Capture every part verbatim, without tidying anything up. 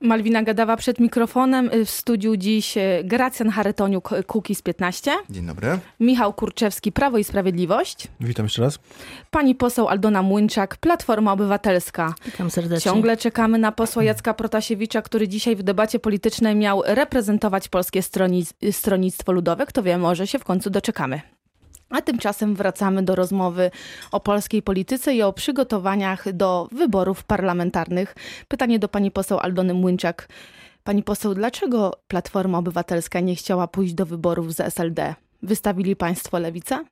Malwina Gadawa przed mikrofonem. W studiu dziś Gracjan Charytoniuk, Kukiz piętnaście. Dzień dobry. Michał Kurczewski, Prawo i Sprawiedliwość. Witam jeszcze raz. Pani poseł Aldona Młynczak, Platforma Obywatelska. Witam serdecznie. Ciągle czekamy na posła Jacka Protasiewicza, który dzisiaj w debacie politycznej miał reprezentować Polskie Stronic- Stronnictwo Ludowe. Kto wie, może się w końcu doczekamy. A tymczasem wracamy do rozmowy o polskiej polityce i o przygotowaniach do wyborów parlamentarnych. Pytanie do pani poseł Aldony Młynczak. Pani poseł, dlaczego Platforma Obywatelska nie chciała pójść do wyborów z S L D? Wystawili państwo Lewicę?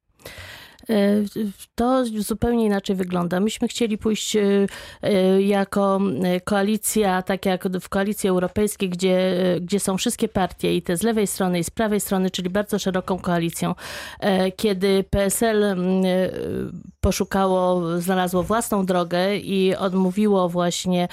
To zupełnie inaczej wygląda. Myśmy chcieli pójść jako koalicja, tak jak w Koalicji Europejskiej, gdzie, gdzie są wszystkie partie i te z lewej strony i z prawej strony, czyli bardzo szeroką koalicją. Kiedy P S L poszukało, znalazło własną drogę i odmówiło właśnie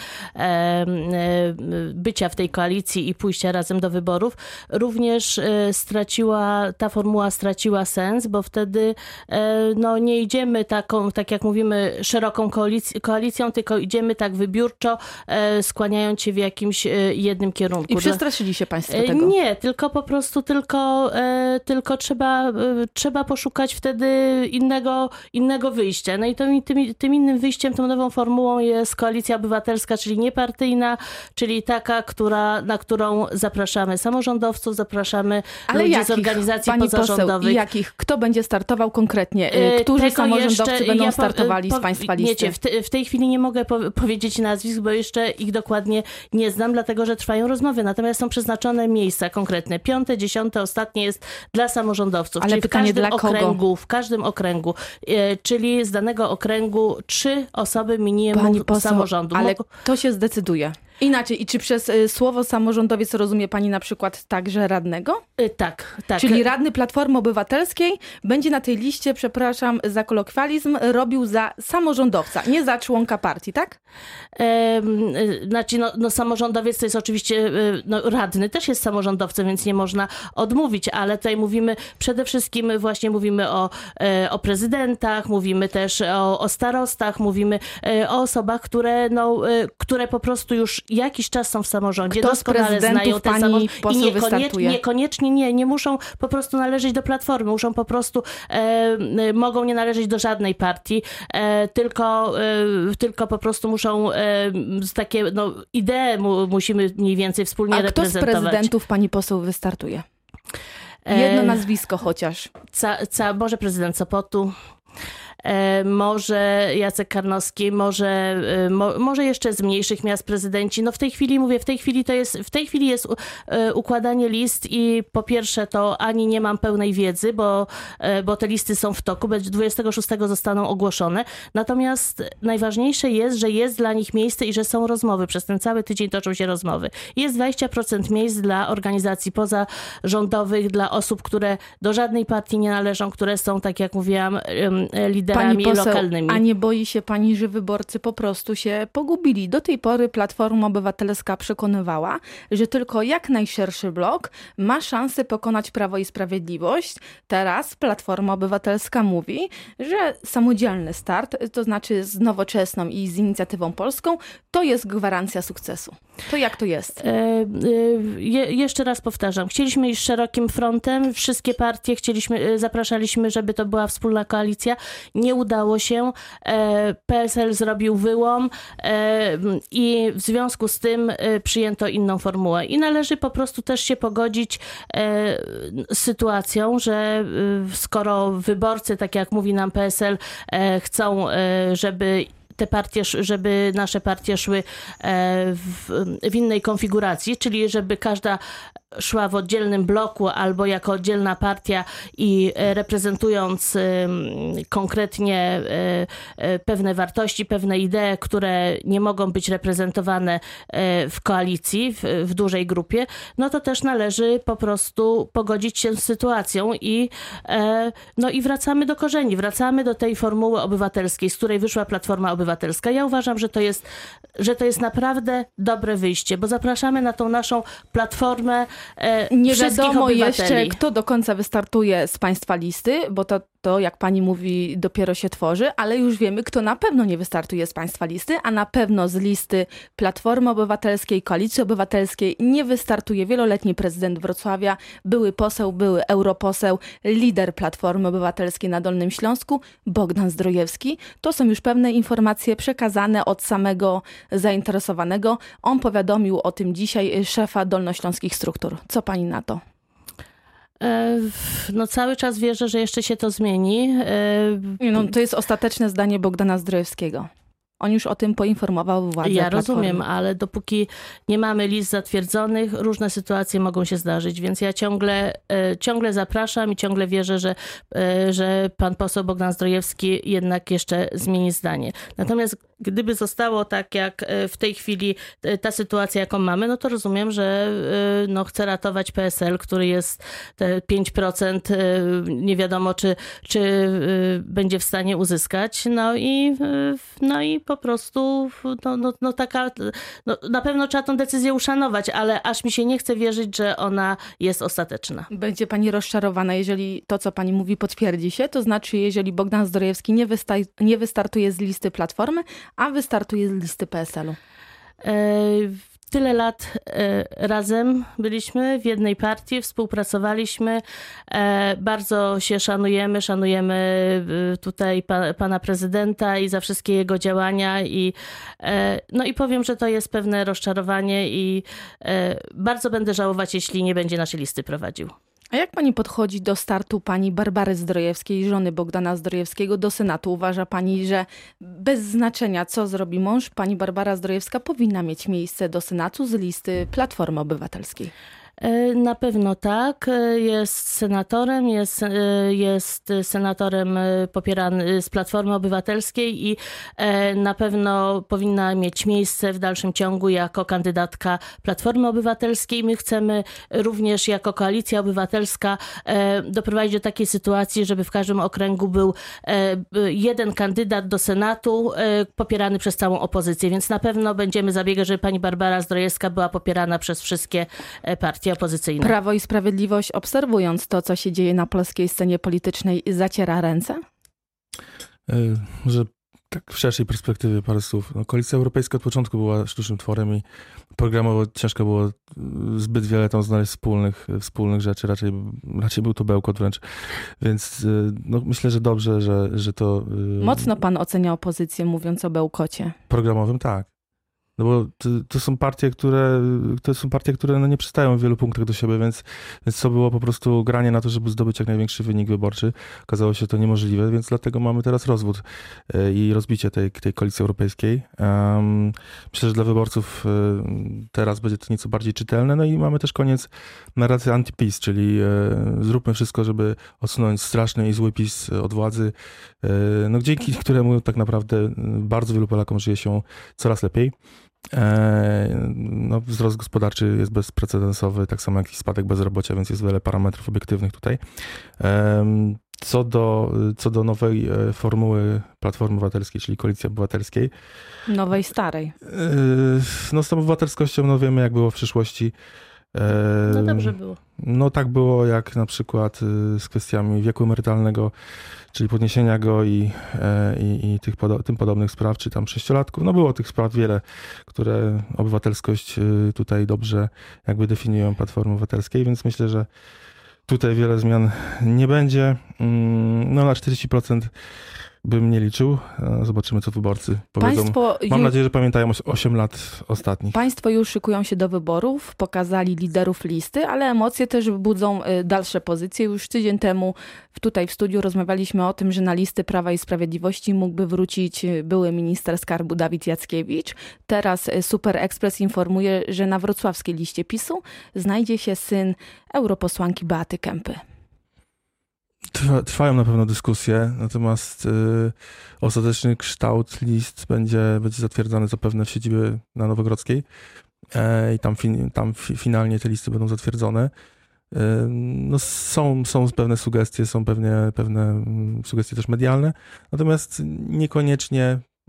bycia w tej koalicji i pójścia razem do wyborów, również straciła, ta formuła straciła sens, bo wtedy no nie idziemy taką, tak jak mówimy, szeroką koalic- koalicją, tylko idziemy tak wybiórczo, e, skłaniając się w jakimś e, jednym kierunku. I przestraszyli się państwo tego? Nie, tylko po prostu tylko, e, tylko trzeba, e, trzeba poszukać wtedy innego, innego wyjścia. No i to, tym, tym innym wyjściem, tą nową formułą jest Koalicja Obywatelska, czyli niepartyjna, czyli taka, która, na którą zapraszamy samorządowców, zapraszamy Ale ludzi jakich, z organizacji pani pozarządowych. Poseł, i jakich? Kto będzie startował konkretnie? Którzy Tego samorządowcy jeszcze, będą ja startowali po, z państwa listy? Wiecie, w, te, w tej chwili nie mogę po, powiedzieć nazwisk, bo jeszcze ich dokładnie nie znam, dlatego że trwają rozmowy. Natomiast są przeznaczone miejsca konkretne. Piąte, dziesiąte, ostatnie jest dla samorządowców. Ale czyli pytanie w każdym dla kogo? okręgu, w każdym okręgu, e, czyli z danego okręgu trzy osoby minimum Pani poseł, samorządu. Ale Mog- to się zdecyduje. Inaczej, i czy przez y, słowo samorządowiec rozumie pani na przykład także radnego? e, tak, tak. Czyli radny Platformy Obywatelskiej będzie na tej liście, przepraszam za kolokwializm, robił za samorządowca, nie za członka partii, tak? E, znaczy, no, no samorządowiec to jest oczywiście, no, radny też jest samorządowcem, więc nie można odmówić, ale tutaj mówimy przede wszystkim właśnie mówimy o, o prezydentach, mówimy też o, o starostach, mówimy o osobach, które, no, które po prostu już jakiś czas są w samorządzie, Kto doskonale znają ten samorząd i niekoniecznie, niekoniecznie nie, nie muszą po prostu należeć do Platformy, muszą po prostu, e, mogą nie należeć do żadnej partii, e, tylko, e, tylko po prostu muszą e, takie no, idee mu, musimy mniej więcej wspólnie A reprezentować. kto z prezydentów pani poseł wystartuje? Jedno nazwisko chociaż. Ca, ca, może prezydent Sopotu. E, może Jacek Karnowski, może, e, mo, może jeszcze z mniejszych miast prezydenci. No w tej chwili mówię, w tej chwili to jest, w tej chwili jest e, układanie list i po pierwsze to ani nie mam pełnej wiedzy, bo, e, bo te listy są w toku, dwudziestego szóstego zostaną ogłoszone. Natomiast najważniejsze jest, że jest dla nich miejsce i że są rozmowy. Przez ten cały tydzień toczą się rozmowy. Jest dwadzieścia procent miejsc dla organizacji pozarządowych, dla osób, które do żadnej partii nie należą, które są, tak jak mówiłam, liderami Pani poseł, lokalnymi. A nie boi się pani, że wyborcy po prostu się pogubili? Do tej pory Platforma Obywatelska przekonywała, że tylko jak najszerszy blok ma szansę pokonać Prawo i Sprawiedliwość. Teraz Platforma Obywatelska mówi, że samodzielny start, to znaczy z Nowoczesną i z Inicjatywą Polską, to jest gwarancja sukcesu. To jak to jest? E, e, je, jeszcze raz powtarzam. Chcieliśmy iść szerokim frontem. Wszystkie partie chcieliśmy, zapraszaliśmy, żeby to była wspólna koalicja. Nie udało się. E, P S L zrobił wyłom e, i w związku z tym e, przyjęto inną formułę. I należy po prostu też się pogodzić e, z sytuacją, że e, skoro wyborcy, tak jak mówi nam P S L, e, chcą, e, żeby te partie, żeby nasze partie szły w, w innej konfiguracji, czyli żeby każda szła w oddzielnym bloku albo jako oddzielna partia i reprezentując konkretnie pewne wartości, pewne idee, które nie mogą być reprezentowane w koalicji, w, w dużej grupie, no to też należy po prostu pogodzić się z sytuacją i, no i wracamy do korzeni, wracamy do tej formuły obywatelskiej, z której wyszła Platforma Obywatelska. Ja uważam, że to jest, że to jest naprawdę dobre wyjście, bo zapraszamy na tą naszą platformę Nie wiadomo jeszcze, kto do końca wystartuje z państwa listy, bo to to, jak pani mówi, dopiero się tworzy, ale już wiemy, kto na pewno nie wystartuje z państwa listy, a na pewno z listy Platformy Obywatelskiej, Koalicji Obywatelskiej nie wystartuje wieloletni prezydent Wrocławia, były poseł, były europoseł, lider Platformy Obywatelskiej na Dolnym Śląsku, Bogdan Zdrojewski. To są już pewne informacje przekazane od samego zainteresowanego. On powiadomił o tym dzisiaj szefa dolnośląskich struktur. Co pani na to? No cały czas wierzę, że jeszcze się to zmieni. No, to jest ostateczne zdanie Bogdana Zdrojewskiego. On już o tym poinformował władze Ja Platformy. rozumiem, ale dopóki nie mamy list zatwierdzonych, różne sytuacje mogą się zdarzyć, więc ja ciągle, ciągle zapraszam i ciągle wierzę, że, że pan poseł Bogdan Zdrojewski jednak jeszcze zmieni zdanie. Natomiast gdyby zostało tak, jak w tej chwili ta sytuacja, jaką mamy, no to rozumiem, że no, chce ratować P S L, który jest te pięć procent, nie wiadomo, czy, czy będzie w stanie uzyskać. No i, no i po prostu no, no, no taka, no, na pewno trzeba tę decyzję uszanować, ale aż mi się nie chce wierzyć, że ona jest ostateczna. Będzie pani rozczarowana, jeżeli to, co pani mówi, potwierdzi się? To znaczy, jeżeli Bogdan Zdrojewski nie, wysta- nie wystartuje z listy Platformy, a wystartuje z listy P S L-u? Tyle lat razem byliśmy w jednej partii, współpracowaliśmy, bardzo się szanujemy, szanujemy tutaj pa, pana prezydenta i za wszystkie jego działania i no i powiem, że to jest pewne rozczarowanie i bardzo będę żałować, jeśli nie będzie naszej listy prowadził. A jak pani podchodzi do startu pani Barbary Zdrojewskiej, żony Bogdana Zdrojewskiego, do Senatu? Uważa pani, że bez znaczenia, co zrobi mąż, pani Barbara Zdrojewska powinna mieć miejsce do Senatu z listy Platformy Obywatelskiej? Na pewno tak. Jest senatorem, jest, jest senatorem popierany z Platformy Obywatelskiej i na pewno powinna mieć miejsce w dalszym ciągu jako kandydatka Platformy Obywatelskiej. My chcemy również jako Koalicja Obywatelska doprowadzić do takiej sytuacji, żeby w każdym okręgu był jeden kandydat do Senatu popierany przez całą opozycję, więc na pewno będziemy zabiegać, żeby pani Barbara Zdrojewska była popierana przez wszystkie partie opozycyjne. Prawo i Sprawiedliwość, obserwując to, co się dzieje na polskiej scenie politycznej, zaciera ręce? Yy, że tak w szerszej perspektywie parę słów. No, Koalicja Europejska od początku była sztucznym tworem i programowo ciężko było zbyt wiele tam znaleźć wspólnych, wspólnych rzeczy. Raczej, raczej był to bełkot wręcz. Więc no, myślę, że dobrze, że, że to... Yy... Mocno pan ocenia opozycję, mówiąc o bełkocie. Programowym tak. No bo to, to są partie, które, to są partie, które no nie przystają w wielu punktach do siebie, więc, więc to było po prostu granie na to, żeby zdobyć jak największy wynik wyborczy. Okazało się to niemożliwe, więc dlatego mamy teraz rozwód i rozbicie tej, tej koalicji europejskiej. Um, myślę, że dla wyborców teraz będzie to nieco bardziej czytelne. No i mamy też koniec narracji anti-PiS, czyli zróbmy wszystko, żeby odsunąć straszny i zły PiS od władzy, no dzięki któremu tak naprawdę bardzo wielu Polakom żyje się coraz lepiej. No, wzrost gospodarczy jest bezprecedensowy, tak samo jak i spadek bezrobocia, więc jest wiele parametrów obiektywnych tutaj. Co do, co do nowej formuły Platformy Obywatelskiej, czyli Koalicji Obywatelskiej. Nowej, starej. No z tą obywatelskością no wiemy, jak było w przyszłości. No dobrze było. No tak było jak na przykład z kwestiami wieku emerytalnego, czyli podniesienia go i, i, i tych podo- tym podobnych spraw, czy tam sześciolatków. No było tych spraw wiele, które obywatelskość tutaj dobrze jakby definiują Platformy Obywatelskiej, więc myślę, że tutaj wiele zmian nie będzie. No na czterdzieści procent bym nie liczył. Zobaczymy, co wyborcy powiedzą. Państwo Mam już, nadzieję, że pamiętają osiem lat ostatnich. Państwo już szykują się do wyborów, pokazali liderów listy, ale emocje też budzą dalsze pozycje. Już tydzień temu tutaj w studiu rozmawialiśmy o tym, że na listy Prawa i Sprawiedliwości mógłby wrócić były minister skarbu Dawid Jackiewicz. Teraz Super Express informuje, że na wrocławskiej liście PiSu znajdzie się syn europosłanki Beaty Kempy. Trwa, trwają na pewno dyskusje, natomiast y, ostateczny kształt list będzie, będzie zatwierdzany zapewne w siedzibie na Nowogrodzkiej e, i tam, fin, tam fi, finalnie te listy będą zatwierdzone. Y, no są, są pewne sugestie, są pewnie, pewne sugestie też medialne, natomiast niekoniecznie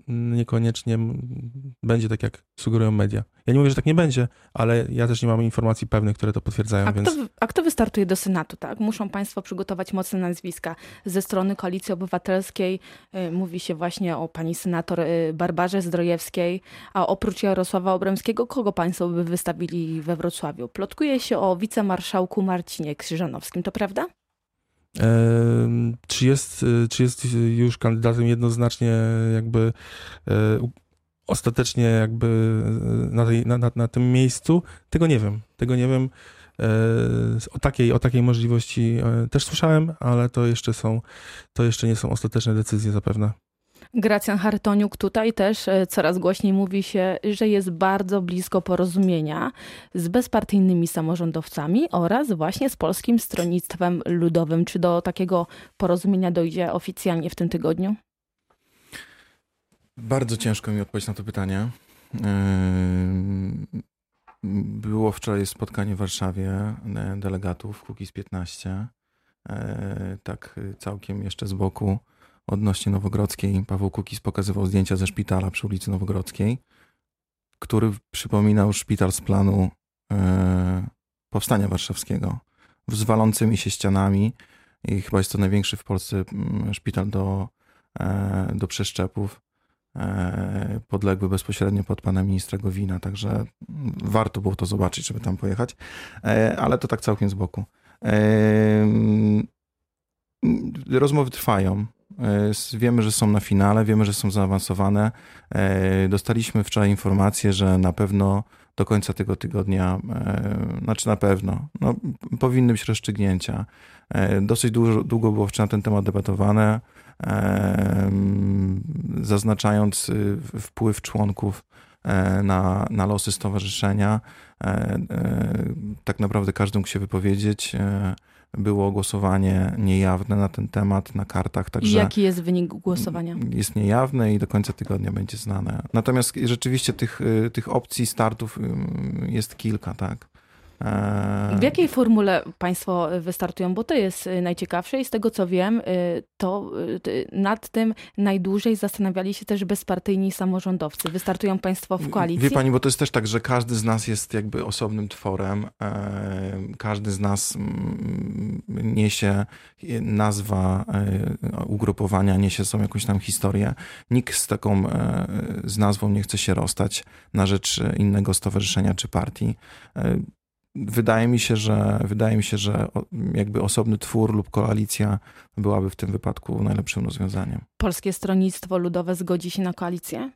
niekoniecznie będzie tak, jak sugerują media. Ja nie mówię, że tak nie będzie, ale ja też nie mam informacji pewnych, które to potwierdzają. A, więc... kto, a kto wystartuje do Senatu, tak? Muszą państwo przygotować mocne nazwiska. Ze strony Koalicji Obywatelskiej y, mówi się właśnie o pani senator y, Barbarze Zdrojewskiej, a oprócz Jarosława Obremskiego, kogo państwo by wystawili we Wrocławiu? Plotkuje się o wicemarszałku Marcinie Krzyżanowskim, to prawda? E, czy, jest, czy jest już kandydatem jednoznacznie jakby e, ostatecznie jakby na, tej, na, na, na tym miejscu? Tego nie wiem. Tego nie wiem. E, o, takiej, o takiej możliwości e, też słyszałem, ale to jeszcze są, to jeszcze nie są ostateczne decyzje zapewne. Gracjan Hartoniuk tutaj też coraz głośniej mówi się, że jest bardzo blisko porozumienia z bezpartyjnymi samorządowcami oraz właśnie z Polskim Stronnictwem Ludowym. Czy do takiego porozumienia dojdzie oficjalnie w tym tygodniu? Bardzo ciężko mi odpowiedzieć na to pytanie. Było wczoraj spotkanie w Warszawie delegatów Kukiz piętnaście. Tak całkiem jeszcze z boku. Odnośnie Nowogrodzkiej, Paweł Kukiz pokazywał zdjęcia ze szpitala przy ulicy Nowogrodzkiej, który przypominał szpital z planu e, Powstania Warszawskiego, z walącymi się ścianami i chyba jest to największy w Polsce szpital do, e, do przeszczepów, e, podległy bezpośrednio pod pana ministra Gowina, także warto było to zobaczyć, żeby tam pojechać, e, ale to tak całkiem z boku. E, rozmowy trwają. Wiemy, że są na finale, wiemy, że są zaawansowane. Dostaliśmy wczoraj informację, że na pewno do końca tego tygodnia, znaczy na pewno, no, powinny być rozstrzygnięcia. Dosyć dużo, długo było wczoraj na ten temat debatowane, zaznaczając wpływ członków na, na losy stowarzyszenia. Tak naprawdę każdy mógł się wypowiedzieć. Było głosowanie niejawne na ten temat, na kartach. Także I jaki jest wynik głosowania? Jest niejawne i do końca tygodnia będzie znane. Natomiast rzeczywiście tych, tych opcji startów jest kilka, tak. W jakiej formule państwo wystartują? Bo to jest najciekawsze i z tego co wiem, to nad tym najdłużej zastanawiali się też bezpartyjni samorządowcy. Wystartują państwo w koalicji? Wie pani, bo to jest też tak, że każdy z nas jest jakby osobnym tworem. Każdy z nas niesie nazwa ugrupowania, niesie sobie jakąś tam historię. Nikt z taką z nazwą nie chce się rozstać na rzecz innego stowarzyszenia czy partii. Wydaje mi się, że wydaje mi się, że jakby osobny twór lub koalicja byłaby w tym wypadku najlepszym rozwiązaniem. Polskie Stronnictwo Ludowe zgodzi się na koalicję?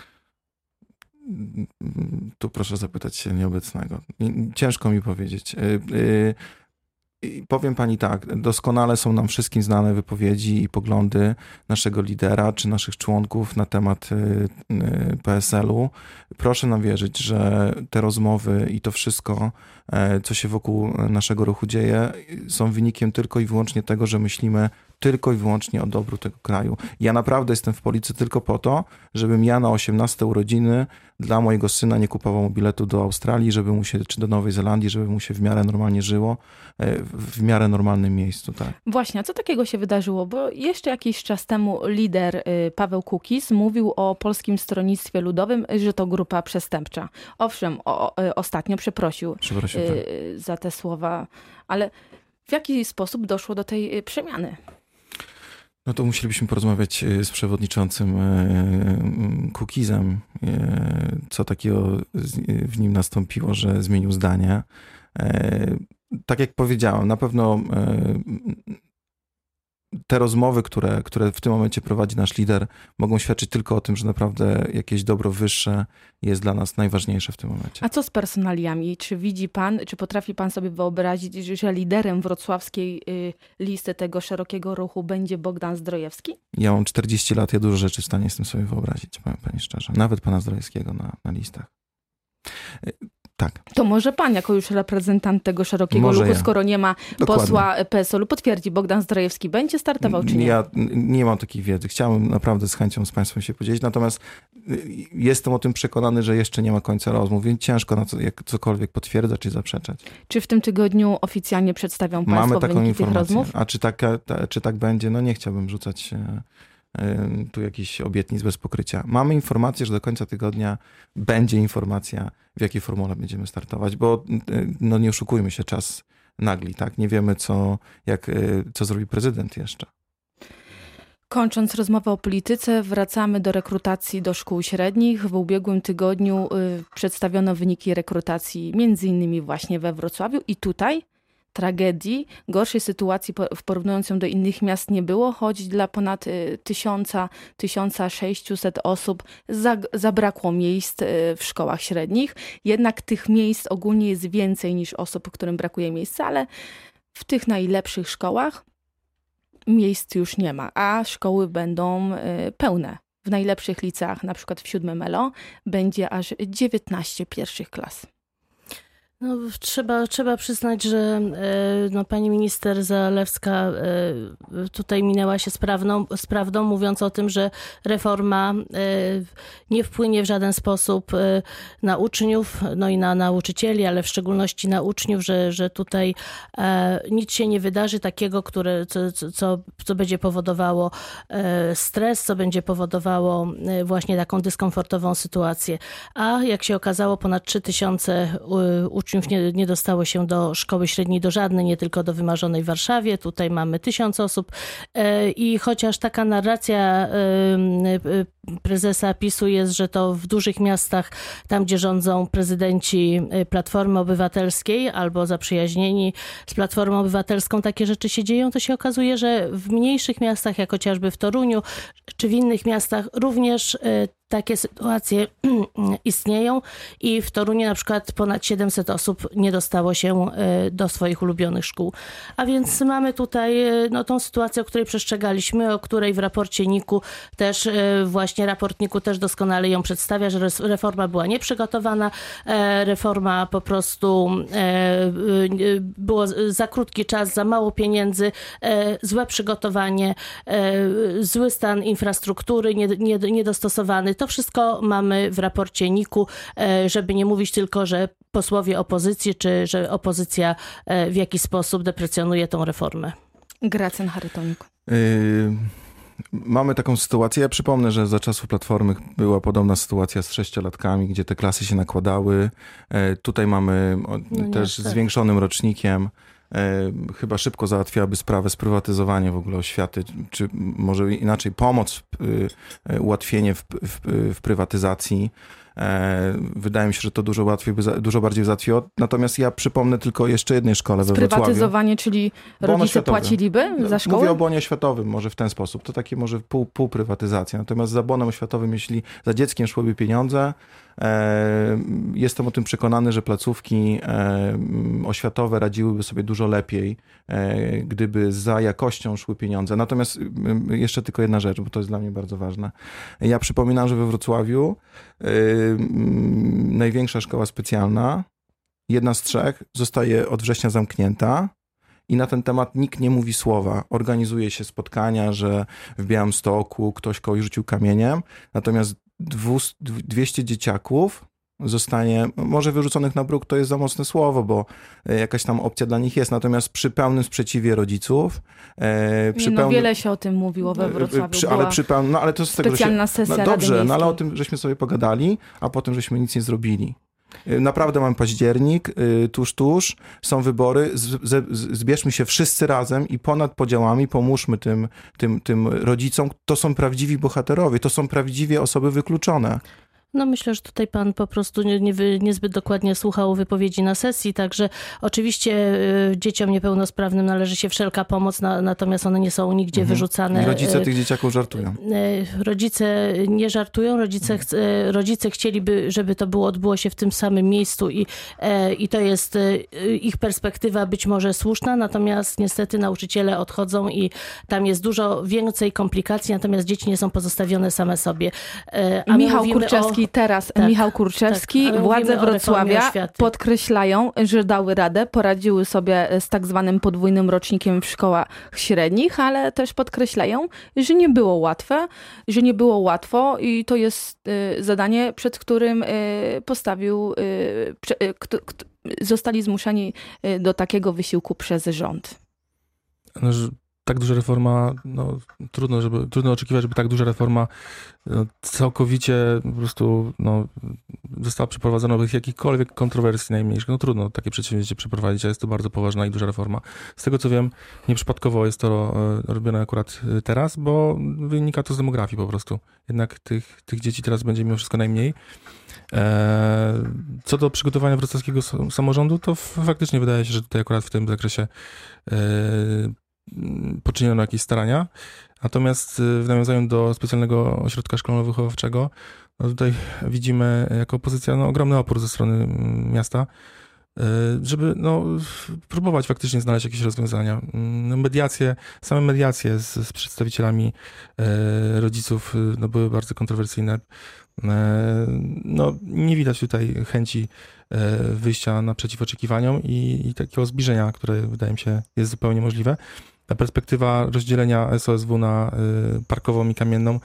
Tu proszę zapytać się nieobecnego. Ciężko mi powiedzieć. Powiem pani tak, doskonale są nam wszystkim znane wypowiedzi i poglądy naszego lidera czy naszych członków na temat P S L u. Proszę nam wierzyć, że te rozmowy i to wszystko, co się wokół naszego ruchu dzieje, są wynikiem tylko i wyłącznie tego, że myślimy tylko i wyłącznie o dobru tego kraju. Ja naprawdę jestem w polityce tylko po to, żebym ja na osiemnaste urodziny dla mojego syna nie kupował mu biletu do Australii, żeby mu się, czy do Nowej Zelandii, żeby mu się w miarę normalnie żyło, w miarę normalnym miejscu, tak. Właśnie, a co takiego się wydarzyło? Bo jeszcze jakiś czas temu lider Paweł Kukiz mówił o Polskim Stronnictwie Ludowym, że to grupa przestępcza. Owszem, o, ostatnio przeprosił, przeprosił tak. za te słowa, ale w jaki sposób doszło do tej przemiany? No to musielibyśmy porozmawiać z przewodniczącym Kukizem, co takiego w nim nastąpiło, że zmienił zdanie. Tak jak powiedziałem, na pewno te rozmowy, które, które w tym momencie prowadzi nasz lider, mogą świadczyć tylko o tym, że naprawdę jakieś dobro wyższe jest dla nas najważniejsze w tym momencie. A co z personaliami? Czy widzi pan, czy potrafi pan sobie wyobrazić, że liderem wrocławskiej listy tego szerokiego ruchu będzie Bogdan Zdrojewski? Ja mam czterdzieści lat, ja dużo rzeczy w stanie jestem sobie wyobrazić, powiem pani szczerze. Nawet pana Zdrojewskiego na, na listach. Tak. To może pan, jako już reprezentant tego szerokiego może ruchu, ja. skoro nie ma Dokładnie. posła P S L u, potwierdzi, Bogdan Zdrojewski będzie startował, czy nie? Ja nie mam takiej wiedzy. Chciałbym naprawdę z chęcią z państwem się podzielić, natomiast jestem o tym przekonany, że jeszcze nie ma końca rozmów, więc ciężko na co, jak cokolwiek potwierdzać czy zaprzeczać. Czy w tym tygodniu oficjalnie przedstawią państwo Mamy taką wyniki informację. tych rozmów? A czy tak, ta, czy tak będzie? No nie chciałbym rzucać tu jakichś obietnic bez pokrycia. Mamy informację, że do końca tygodnia będzie informacja, w jakiej formule będziemy startować, bo no nie oszukujmy się, czas nagli, tak? Nie wiemy, co, jak, co zrobi prezydent jeszcze. Kończąc rozmowę o polityce, wracamy do rekrutacji do szkół średnich. W ubiegłym tygodniu y, przedstawiono wyniki rekrutacji między innymi właśnie we Wrocławiu i tutaj tragedii, gorszej sytuacji w porównując ją do innych miast nie było, choć dla ponad tysiąc sześćset osób zabrakło miejsc w szkołach średnich. Jednak tych miejsc ogólnie jest więcej niż osób, którym brakuje miejsca, ale w tych najlepszych szkołach miejsc już nie ma, a szkoły będą pełne. W najlepszych liceach, na przykład w siódmym L O, będzie aż dziewiętnaście pierwszych klas. No, trzeba, trzeba przyznać, że no, pani minister Zalewska tutaj minęła się z prawdą, z prawdą, mówiąc o tym, że reforma nie wpłynie w żaden sposób na uczniów, no i na nauczycieli, ale w szczególności na uczniów, że, że tutaj nic się nie wydarzy takiego, które, co, co, co będzie powodowało stres, co będzie powodowało właśnie taką dyskomfortową sytuację. A jak się okazało, ponad trzy tysiące uczniów Nie, nie dostało się do szkoły średniej, do żadnej, nie tylko do wymarzonej w Warszawie. Tutaj mamy tysiąc osób i chociaż taka narracja prezesa PiSu jest, że to w dużych miastach, tam gdzie rządzą prezydenci Platformy Obywatelskiej albo zaprzyjaźnieni z Platformą Obywatelską, takie rzeczy się dzieją, to się okazuje, że w mniejszych miastach, jak chociażby w Toruniu czy w innych miastach również takie sytuacje istnieją i w Toruniu na przykład ponad siedemset osób nie dostało się do swoich ulubionych szkół. A więc mamy tutaj no, tą sytuację, o której przestrzegaliśmy, o której w raporcie niku też właśnie raport niku też doskonale ją przedstawia, że reforma była nieprzygotowana, reforma po prostu było za krótki czas, za mało pieniędzy, złe przygotowanie, zły stan infrastruktury, niedostosowany. To wszystko mamy w raporcie niku, żeby nie mówić tylko, że posłowie opozycji, czy że opozycja w jakiś sposób deprecjonuje tą reformę. Gracjan Charytonik. Yy, mamy taką sytuację, ja przypomnę, że za czasów Platformy była podobna sytuacja z sześciolatkami, gdzie te klasy się nakładały. Yy, tutaj mamy no też nie, zwiększonym rocznikiem. Chyba szybko załatwiałaby sprawę sprywatyzowania w ogóle oświaty, czy może inaczej pomoc, ułatwienie w, w, w prywatyzacji. Wydaje mi się, że to dużo łatwiej, dużo bardziej załatwiło. Natomiast ja przypomnę tylko jeszcze jednej szkole we Wrocławiu. Sprywatyzowanie, czyli rodzice płaciliby za szkołę? Mówię o bonie oświatowym, może w ten sposób. To takie może pół, pół prywatyzacja. Natomiast za bonem oświatowym, jeśli za dzieckiem szłyby pieniądze, jestem o tym przekonany, że placówki oświatowe radziłyby sobie dużo lepiej, gdyby za jakością szły pieniądze. Natomiast jeszcze tylko jedna rzecz, bo to jest dla mnie bardzo ważne. Ja przypominam, że we Wrocławiu największa szkoła specjalna, jedna z trzech, zostaje od września zamknięta. I na ten temat nikt nie mówi słowa. Organizuje się spotkania, że w Białymstoku ktoś kogoś rzucił kamieniem, natomiast dwieście dzieciaków zostanie, może wyrzuconych na bruk to jest za mocne słowo, bo jakaś tam opcja dla nich jest, natomiast przy pełnym sprzeciwie rodziców. E, przy no, pełnym, wiele się o tym mówiło we Wrocławiu. Przy, ale przy pełnym, no ale to z tego, specjalna że się, sesja no, dobrze, Rady no ale o tym żeśmy sobie pogadali, a potem żeśmy nic nie zrobili. Naprawdę mamy październik, tuż, tuż, są wybory, z, z, zbierzmy się wszyscy razem i ponad podziałami pomóżmy tym, tym, tym rodzicom. To są prawdziwi bohaterowie, to są prawdziwie osoby wykluczone. No myślę, że tutaj pan po prostu nie, nie, niezbyt dokładnie słuchał wypowiedzi na sesji, także oczywiście y, dzieciom niepełnosprawnym należy się wszelka pomoc, na, natomiast one nie są nigdzie mhm. wyrzucane. I rodzice tych dzieciaków żartują. Y, rodzice nie żartują, rodzice, ch, y, rodzice chcieliby, żeby to było, odbyło się w tym samym miejscu i, y, i to jest y, ich perspektywa być może słuszna, natomiast niestety nauczyciele odchodzą i tam jest dużo więcej komplikacji, natomiast dzieci nie są pozostawione same sobie. Y, a Michał Kurczewski teraz tak, Michał Kurczewski, tak, władze Wrocławia podkreślają, że dały radę, poradziły sobie z tak zwanym podwójnym rocznikiem w szkołach średnich, ale też podkreślają, że nie było łatwe, że nie było łatwo i to jest y, zadanie, przed którym y, postawił, y, prze, y, k, k, zostali zmuszeni do takiego wysiłku przez rząd. No, tak duża reforma, no trudno, żeby, trudno oczekiwać, żeby tak duża reforma no, całkowicie po prostu no, została przeprowadzona bez jakichkolwiek kontrowersji najmniejszych. No trudno takie przedsięwzięcie przeprowadzić, a jest to bardzo poważna i duża reforma. Z tego co wiem, nieprzypadkowo jest to e, robione akurat teraz, bo wynika to z demografii po prostu. Jednak tych, tych dzieci teraz będzie mimo wszystko najmniej. E, co do przygotowania wrocławskiego samorządu, to faktycznie wydaje się, że tutaj akurat w tym zakresie e, poczyniono jakieś starania. Natomiast w nawiązaniu do specjalnego ośrodka szkolno-wychowawczego, no tutaj widzimy jako opozycja no, ogromny opór ze strony miasta, żeby no, próbować faktycznie znaleźć jakieś rozwiązania. Mediacje, same mediacje z, z przedstawicielami rodziców no, były bardzo kontrowersyjne. No, nie widać tutaj chęci wyjścia naprzeciw oczekiwaniom i, i takiego zbliżenia, które wydaje mi się jest zupełnie możliwe. Ta perspektywa rozdzielenia S O S W na parkową i kamienną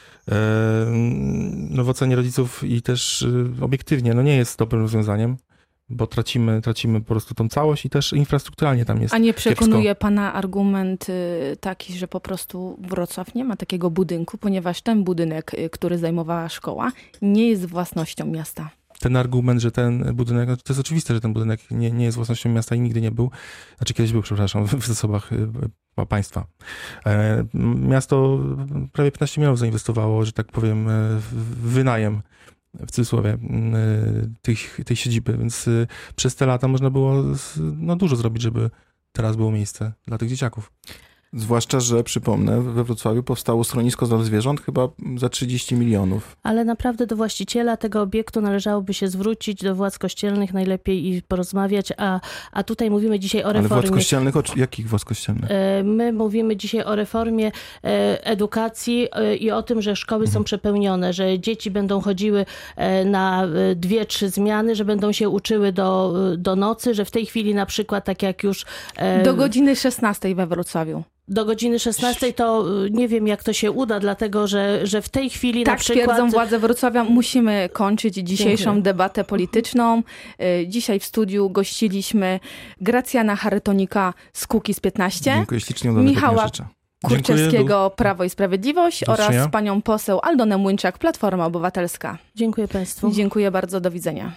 no, w ocenie rodziców i też obiektywnie no, nie jest dobrym rozwiązaniem, bo tracimy, tracimy po prostu tą całość i też infrastrukturalnie tam jest A nie przekonuje kiepsko. pana argument taki, że po prostu Wrocław nie ma takiego budynku, ponieważ ten budynek, który zajmowała szkoła, nie jest własnością miasta. Ten argument, że ten budynek, no to jest oczywiste, że ten budynek nie, nie jest własnością miasta i nigdy nie był, znaczy kiedyś był, przepraszam, w zasobach państwa. Miasto prawie piętnaście milionów zainwestowało, że tak powiem, w wynajem, w cudzysłowie, tych, tej siedziby, więc przez te lata można było no, dużo zrobić, żeby teraz było miejsce dla tych dzieciaków. Zwłaszcza, że przypomnę, we Wrocławiu powstało schronisko dla zwierząt chyba za trzydzieści milionów. Ale naprawdę do właściciela tego obiektu należałoby się zwrócić, do władz kościelnych najlepiej i porozmawiać, a, a tutaj mówimy dzisiaj o reformie. Ale władz kościelnych? O jakich władz kościelnych? My mówimy dzisiaj o reformie edukacji i o tym, że szkoły mhm. są przepełnione, że dzieci będą chodziły na dwie, trzy zmiany, że będą się uczyły do, do nocy, że w tej chwili na przykład tak jak już... Do godziny szesnastej we Wrocławiu. Do godziny szesnastej to nie wiem, jak to się uda, dlatego że, że w tej chwili tak na przykład... Tak twierdzą władze Wrocławia. Musimy kończyć dzisiejszą Dziękuję. debatę polityczną. Dzisiaj w studiu gościliśmy Gracjana Charytonika z Kukiz piętnaście. Dziękuję ślicznie, udanego Michała dnia życzę. Kurczewskiego, Prawo i Sprawiedliwość Do oraz widzenia. panią poseł Aldonę Młyńczak, Platforma Obywatelska. Dziękuję państwu. Dziękuję bardzo, do widzenia.